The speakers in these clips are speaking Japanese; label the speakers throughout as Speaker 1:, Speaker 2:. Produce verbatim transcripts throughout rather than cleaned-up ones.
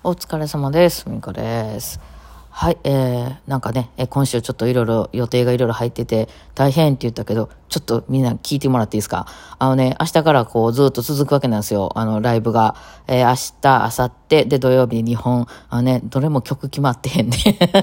Speaker 1: お疲れ様です。みこです。はい、えー、なんかね、え今週ちょっといろいろ予定がいろいろ入ってて大変って言ったけど、ちょっとみんな聞いてもらっていいですか？あのね、明日からこうずっと続くわけなんですよ。あのライブが、えー、明日、明後日で土曜日にほん、あのね、どれも曲決まってへんね。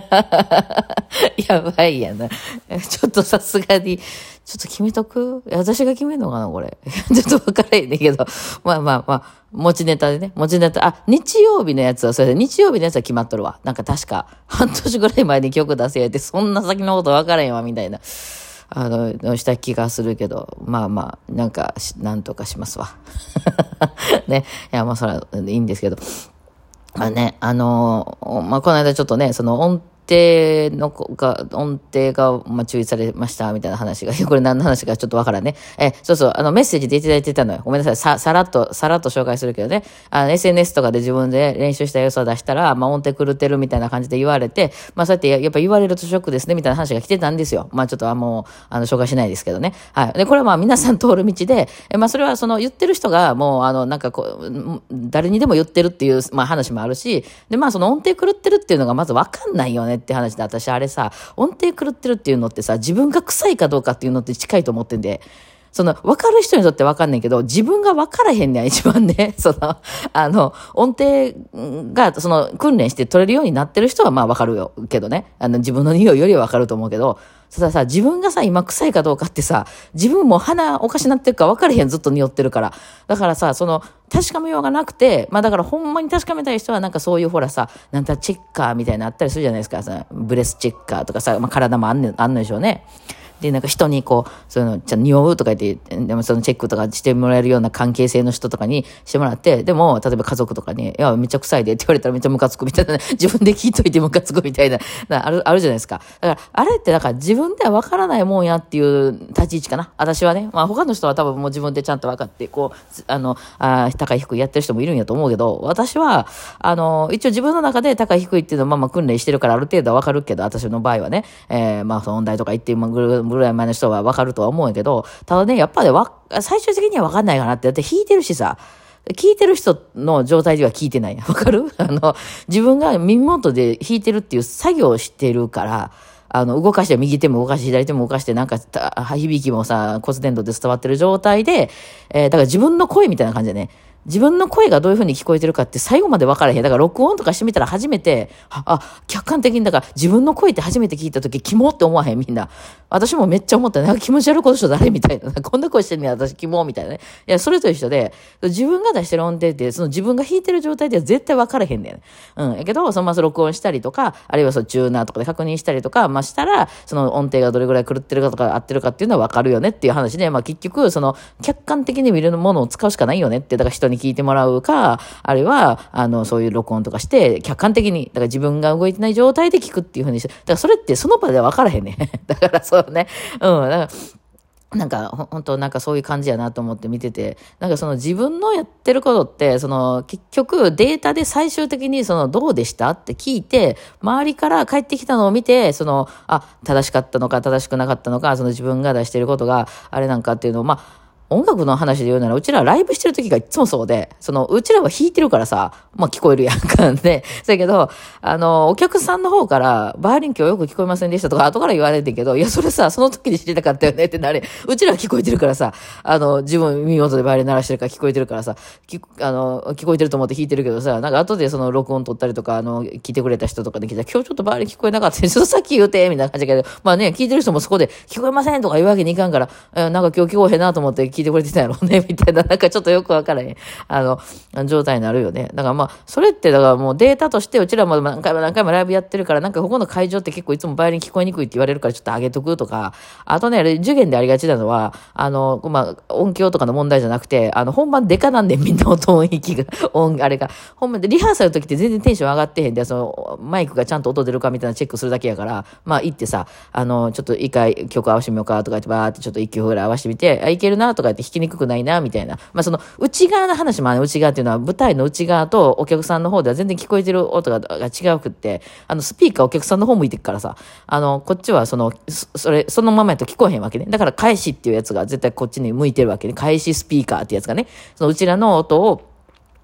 Speaker 1: やばいやな。ちょっとさすがに。ちょっと決めとく？私が決めんのかなこれ。ちょっとわからへんねんけど。まあまあまあ、持ちネタでね。持ちネタ。あ、日曜日のやつは、それで日曜日のやつは決まっとるわ。なんか確か、半年ぐらい前に曲出せやって、そんな先のことわからへんわ、みたいな。あの、した気がするけど、まあまあ、なんか、なんとかしますわ。ね。いや、まあそれはいいんですけど。まあね、あのー、まあこの間ちょっとね、その音、音程のが、音程が、まあ、注意されました、みたいな話が、これ何の話かちょっとわからんね。え、そうそう、あの、メッセージでいただいてたのよ。ごめんなさい。さ、さらっと、さらっと紹介するけどね。あの、エスエヌエス とかで自分で練習した様子を出したら、まあ、音程狂ってるみたいな感じで言われて、まあ、そうやってや、やっぱ言われるとショックですね、みたいな話が来てたんですよ。まあ、ちょっと、あ、もう、あの、紹介しないですけどね。はい。で、これはまあ、皆さん通る道で、え、まあ、それはその、言ってる人が、もう、あの、なんかこう、誰にでも言ってるっていう、まあ、話もあるし、で、まあ、その音程狂ってるっていうのがまずわかんないよねって話で、私、あれさ、音程狂ってるっていうのってさ、自分が臭いかどうかっていうのって近いと思ってんで、その、分かる人にとって分かんないけど、自分が分からへんねん、一番ね。その、あの、音程が、その、訓練して取れるようになってる人はまあ分かるよ、けどね。あの、自分の匂いよりは分かると思うけど、たださ、自分がさ、今臭いかどうかってさ、自分も鼻おかしなってるか分かれへん、ずっと匂ってるから。だからさ、その、確かめようがなくて、まあだからほんまに確かめたい人はなんかそういうほらさ、なんたチェッカーみたいなのあったりするじゃないですか。さブレスチェッカーとかさ、まあ体もあんねん、あんのでしょうね。で、なんか人にこう、そういうの、じゃ匂うとか言って、でもそのチェックとかしてもらえるような関係性の人とかにしてもらって、でも、例えば家族とかに、いや、めっちゃ臭いでって言われたらめっちゃムカつくみたいな、ね、自分で聞いといてムカつくみたいな、なある、あるじゃないですか。だから、あれってだから自分では分からないもんやっていう立ち位置かな。私はね。まあ他の人は多分もう自分でちゃんと分かって、こう、あの、あ高い低いやってる人もいるんやと思うけど、私は、あの、一応自分の中で高い低いっていうのはまあまあ訓練してるからある程度は分かるけど、私の場合はね、えー、まあその音大とか行ってぐらい前の人はわかるとは思うんやけど、ただね、やっぱりわ、最終的にはわかんないかなって、だって弾いてるしさ、聞いてる人の状態では聞いてない。わかる？あの、自分が耳元で弾いてるっていう作業をしてるから、あの、動かして右手も動かして左手も動かして、なんか、響きもさ、骨伝導で伝わってる状態で、えー、だから自分の声みたいな感じでね、自分の声がどういう風に聞こえてるかって最後まで分からへん。だから録音とかしてみたら初めて、あ、客観的に、だから自分の声って初めて聞いた時、キモって思わへんみんな。私もめっちゃ思った。なんか気持ち悪いことしと誰みたいな。こんな声してんねん、私キモみたいなね。いや、それと一緒で、自分が出してる音程って、その自分が弾いてる状態では絶対分からへんねん。うん。やけど、そのまま録音したりとか、あるいはそのチューナーとかで確認したりとか、まあしたら、その音程がどれぐらい狂ってるかとか合ってるかっていうのは分かるよねっていう話で、まあ結局、その客観的に見るものを使うしかないよねって、だから人に聞いてもらうか、あるいは、あの、そういう録音とかして、客観的に、だから自分が動いてない状態で聞くっていうふうにして、だからそれってその場では分からへんね。だからそうね。うん。だからなんか、ほ、本当なんかそういう感じやなと思って見てて、なんかその自分のやってることって、その結局データで最終的にそのどうでしたって聞いて、周りから帰ってきたのを見て、その、あ、正しかったのか正しくなかったのか、その自分が出してることがあれなんかっていうのを、まあ、音楽の話で言うなら、うちらライブしてる時がいつもそうで、その、うちらは弾いてるからさ、まあ聞こえるやんかね。そやけど、あの、お客さんの方から、バイオリン今日よく聞こえませんでしたとか、後から言われてんけど、いや、それさ、その時に知りたかったよねってなれ。うちらは聞こえてるからさ、あの、自分耳元でバイオリン鳴らしてるから聞こえてるからさ、きあの、聞こえてると思って弾いてるけどさ、なんか後でその録音取ったりとか、あの、聞いてくれた人とかで聞いたら、今日ちょっとバイオリン聞こえなかったんで、ちょっとさっき言うて、みたいな感じだけど、まあね、聞いてる人もそこで聞こえませんとか言うわけにいかんから、えなんか今日聞こえへんなと思って聞いてくれてたんやろうね。みたいな、なんかちょっとよくわからへん、あの、状態になるよね。だからまあ、それって、だからもうデータとして、うちらも何回も何回もライブやってるから、なんかここの会場って結構いつもバイオリン聞こえにくいって言われるからちょっと上げとくとか、あとね、受験でありがちなのは、あの、まあ、音響とかの問題じゃなくて、あの、本番デカなんでみんな音音域が、音、あれが、本番でリハーサルの時って全然テンション上がってへんで、その、マイクがちゃんと音出るかみたいなチェックするだけやから、まあ、行ってさ、あの、ちょっと一回曲合わせてみようかとか言ってバーってちょっと一曲ぐらい合わせてみて、あ、いけるなとか言って弾きにくくないな、みたいな。まあ、その内側の話もある、内側っていうのは舞台の内側とお客さんの方では全然聞こえてる音がが違うくって、あのスピーカーお客さんの方向いてるからさ、あのこっちはそのそれそのままやと聞こえへんわけね。だから返しっていうやつが絶対こっちに向いてるわけね。返しスピーカーってやつがね、そのうちらの音を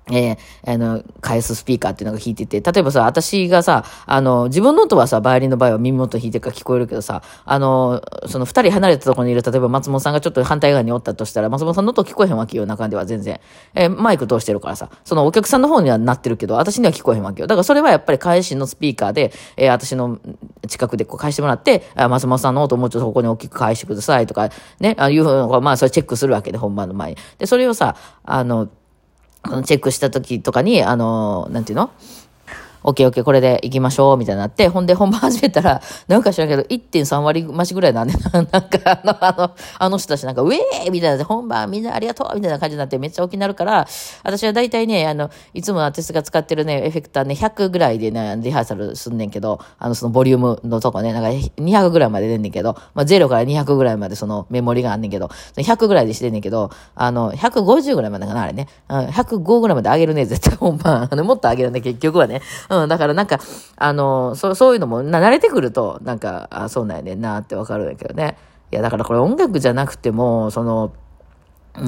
Speaker 1: えー、あの、返すスピーカーっていうのが弾いてて、例えばさ、私がさ、あの、自分の音はさ、バイオリンの場合は耳元弾いてるから聞こえるけどさ、あの、その二人離れたところにいる、例えば松本さんがちょっと反対側におったとしたら、松本さんの音聞こえへんわけよ、中では全然。えー、マイク通してるからさ、そのお客さんの方にはなってるけど、私には聞こえへんわけよ。だからそれはやっぱり返しのスピーカーで、えー、私の近くでこう返してもらって、あ、松本さんの音もうちょっとここに大きく返してくださいとか、ね、ああいうふうに、まあ、それチェックするわけで、本番の前に。で、それをさ、あの、チェックした時とかに、あの、なんていうのオッケーオッケーこれで行きましょうみたいになって、ほんで本番始めたら、なんか知らんけど いってんさん 割増しぐらいなんで、なんかあの、あの、あの人たちなんか、ウェーみたいなで、本番みんなありがとうみたいな感じになってめっちゃ大きになるから、私は大体ね、あの、いつも私が使ってるね、エフェクターね、ひゃくぐらいでね、リハーサルすんねんけど、あの、そのボリュームのとこね、なんかにひゃくぐらいまで出んねんけど、まあ、ゼロからにひゃくぐらいまでそのメモリがあんねんけど、ひゃくぐらいでしてんねんけど、あの、ひゃくごじゅうぐらいまでかな、あれね。ひゃくごぐらいまで上げるね、絶対本番。あの、もっと上げるね、結局はね。うん、だからなんか、あの、そう、そういうのも、な、慣れてくると、なんか、あ、そうなんやねんなってわかるんだけどね。いや、だからこれ音楽じゃなくても、その、うん、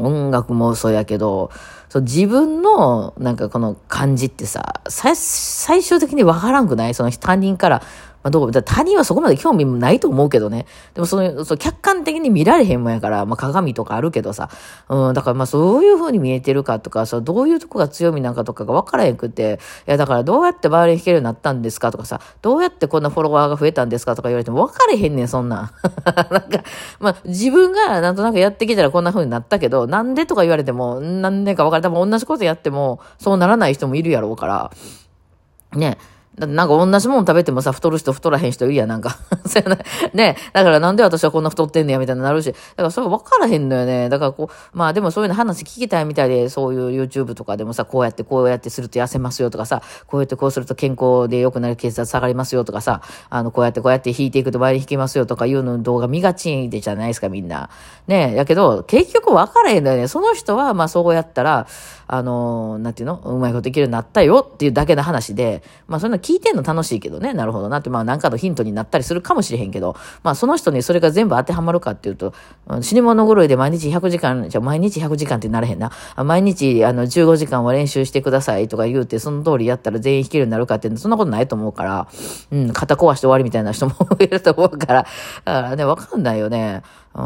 Speaker 1: 音楽もそうやけど、そう、自分の、なんかこの感じってさ、最、最終的にわからんくない？その他人から、まあ、どう、だ他人はそこまで興味もないと思うけどね。でもその、そう、客観的に見られへんもんやから、まあ、鏡とかあるけどさ。うん、だからまあ、そういう風に見えてるかとか、そう、どういうとこが強みなんかとかが分からへんくて、いや、だからどうやってバイオリン弾けるようになったんですかとかさ、どうやってこんなフォロワーが増えたんですかとか言われても分かれへんねん、そんなん。なんか、まあ、自分がなんとなくやってきたらこんな風になったけど、なんでとか言われても、なんでか分から多分同じことやっても、そうならない人もいるやろうから。ね。だってなんか同じもん食べてもさ、太る人太らへん人いるやん、なんか。ね。だからなんで私はこんな太ってんねや、みたいになるし。だからそれ分からへんのよね。だからこう、まあでもそういうの話聞きたいみたいで、そういう YouTube とかでもさ、こうやってこうやってすると痩せますよとかさ、こうやってこうすると健康で良くなる血圧下がりますよとかさ、あの、こうやってこうやって弾いていくとバイオリン弾けますよとかいうの動画見がちでじゃないですか、みんな。ね。だけど、結局分からへんのよね。その人は、まあそうやったら、あの、なんていうのうまいことできるようになったよっていうだけの話で、まあそういうの聞いてんの楽しいけどね、なるほどなって、まあなんかのヒントになったりするかもしれへんけど、まあその人にそれが全部当てはまるかっていうと、死に物狂いで毎日ひゃくじかん、じゃ毎日ひゃくじかんってなれへんな。毎日あのじゅうごじかんは練習してくださいとか言うて、その通りやったら全員弾けるようになるかって、そんなことないと思うから、うん、肩壊して終わりみたいな人もいると思うから、だからね、わかんないよね。うん。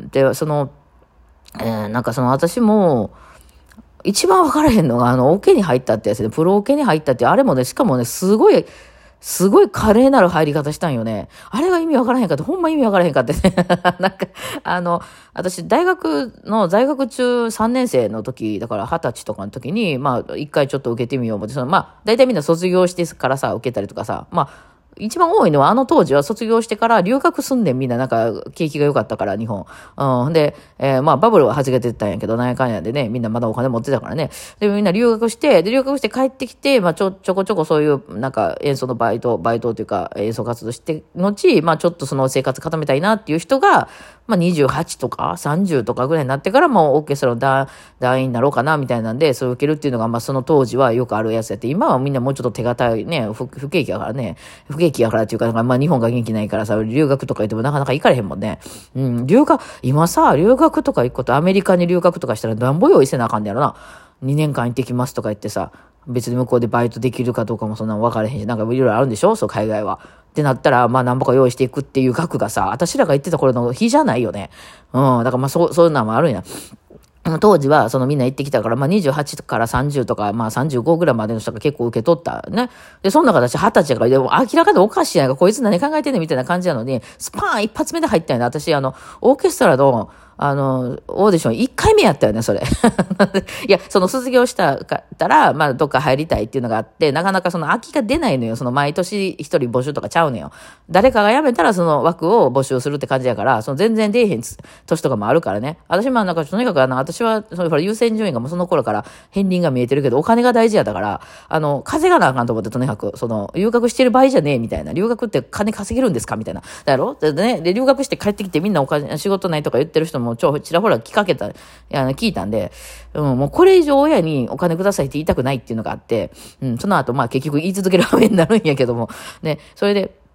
Speaker 1: で、その、えー、なんかその私も、一番分からへんのが、あの、オケに入ったってやつで、プロオケに入ったって、あれもね、しかもね、すごい、すごい華麗なる入り方したんよね。あれが意味わからへんかって、ほんま意味わからへんかってね。なんか、あの、私、大学の在学中さんねん生の時、だからはたちとかの時に、まあ、一回ちょっと受けてみよう思って、その、まあ、大体みんな卒業してからさ、受けたりとかさ、まあ、一番多いのは、あの当時は卒業してから留学すんでんみんななんか景気が良かったから日本。うん。で、えー、まあバブルは弾けてたんやけど、なんやかんやでね、みんなまだお金持ってたからね。で、みんな留学して、で、留学して帰ってきて、まあちょ、ちょこちょこそういうなんか演奏のバイト、バイトというか演奏活動して、後、まあちょっとその生活固めたいなっていう人が、まあにじゅうはちとかさんじゅうとかぐらいになってからもうオーケストラの団団員になろうかなみたいなんで、それを受けるっていうのが、まあその当時はよくあるやつやって、今はみんなもうちょっと手堅いね、不不景気やからね、不景気やからっていうか、まあ日本が元気ないからさ、留学とか言ってもなかなか行かれへんもんね。うん、留学、今さ、留学とか行くこと、アメリカに留学とかしたらなんぼ用意せなあかんねやろな。にねんかん行ってきますとか言ってさ、別に向こうでバイトできるかどうかもそんなの分からへんし、なんかいろいろあるんでしょそう、海外は。ってなったら、まあ何ぼか用意していくっていう額がさ、私らが言ってた頃の日じゃないよね。うん、だからまあそう、そういうのもあるんや。当時は、そのみんな行ってきたから、まあにじゅうはちからさんじゅうとか、まあさんじゅうごぐらいまでの人が結構受け取ったね。で、そんな形はたちやから、でも明らかにおかしいやんか、こいつ何考えてんねんみたいな感じなのに、スパーン一発目で入ったんやな。私、あの、オーケストラの、あの、オーディションいっかいめやったよね、それ。いや、その卒業したから、まあ、どっか入りたいっていうのがあって、なかなかその空きが出ないのよ。その毎年一人募集とかちゃうのよ。誰かが辞めたらその枠を募集するって感じやから、その全然出えへん年とかもあるからね。私もなんか、とにかくあの、私は、そのほら優先順位がもうその頃から片鱗が見えてるけど、お金が大事やだから、あの、稼がなあかんと思って、とにかく、その、留学してる場合じゃねえ、みたいな。留学って金稼げるんですかみたいな。だろでね、で、留学して帰ってきてみんなお金、仕事ないとか言ってる人もちょ、ちらほら聞かけた、いや、聞いたんで、うん、もうこれ以上親にお金くださいって言いたくないっていうのがあって、うん、その後、まあ結局言い続ける羽目になるんやけども、ね、それで、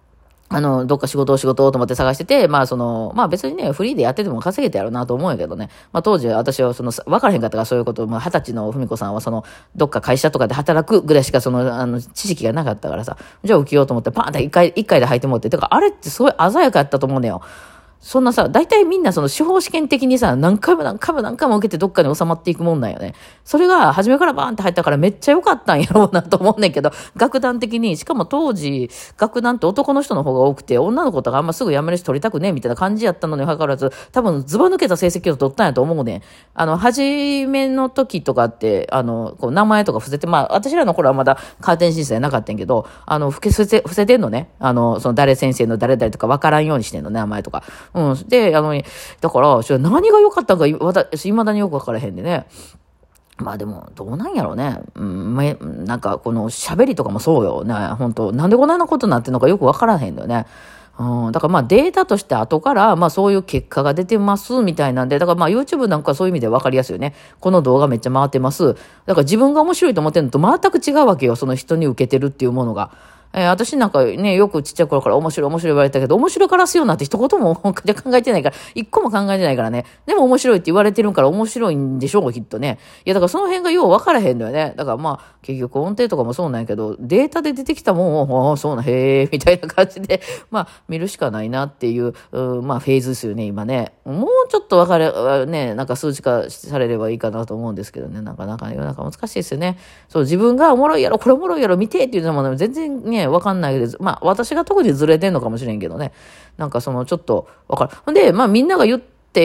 Speaker 1: あの、どっか仕事を仕事をと思って探してて、まあその、まあ別にね、フリーでやってても稼げてやろうなと思うんやけどね。まあ当時私はその、分からへんかったからそういうこと、まあ二十歳の文子さんはその、どっか会社とかで働くぐらいしかその、あの、知識がなかったからさ、じゃあ受けようと思ってパーンって一回、一回で入ってもって、てかあれってすごい鮮やかやったと思うのよ。そんなさ、大体みんなその司法試験的にさ、何回も何回も何回も受けてどっかに収まっていくもんなんよね。それが初めからバーンって入ったからめっちゃ良かったんやろうなと思うねんけど、楽団的に、しかも当時、楽団って男の人の方が多くて、女の子とかあんますぐ辞めるし取りたくねえみたいな感じやったのにかかわらず、多分ズバ抜けた成績を取ったんやと思うねん。あの、初めの時とかって、あの、こう名前とか伏せて、まあ、私らの頃はまだカーテン審査じゃなかったんやけど、あの、伏せ、伏せ伏せてんのね。あの、その誰先生の誰々とか分からんようにしてんのね、名前とか。うん。で、あの、だから、何が良かったんか、私、未だによく分からへんでね。まあでも、どうなんやろうね。うん、ま、なんか、この喋りとかもそうよね。本当なんでこんなことになってんのかよく分からへんのよね。うん、だからまあデータとして後からまあそういう結果が出てますみたいなんで、だからまあ YouTube なんかそういう意味で分かりやすいよね。この動画めっちゃ回ってます。だから自分が面白いと思ってるのと全く違うわけよ。その人に受けてるっていうものが。えー、私なんかね、よくちっちゃい頃から面白い面白い言われたけど、面白からすようなんて一言も考えてないから、一個も考えてないからね。でも面白いって言われてるんから面白いんでしょう、きっとね。いや、だからその辺がよう分からへんのよね。だからまあ、結局音程とかもそうなんやけど、データで出てきたもんを、ああ、そうな、へえ、みたいな感じで、まあ、見るしかないなっていう、うまあ、フェーズですよね、今ね。もうちょっと分かれ、ね、なんか数値化されればいいかなと思うんですけどね。なんか、なんか、世の中難しいですよね。そう、自分がおもろいやろ、これおもろいやろ、見てっていうのも、ね、全然ね、分かんないけど、まあ、私が特にずれてんのかもしれんけどね。なんかその、ちょっと、分かる。で、まあ、みんなが言って、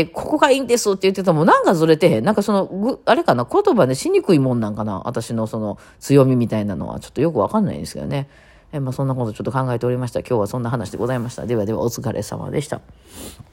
Speaker 1: ここがいいんですって言ってたもん、なんかずれてへん。なんかその、ぐ、あれかな、言葉でしにくいもんなんかな。私のその、強みみたいなのは、ちょっとよくわかんないんですけどね。え、まあ、そんなことちょっと考えておりました。今日はそんな話でございました。ではでは、お疲れ様でした。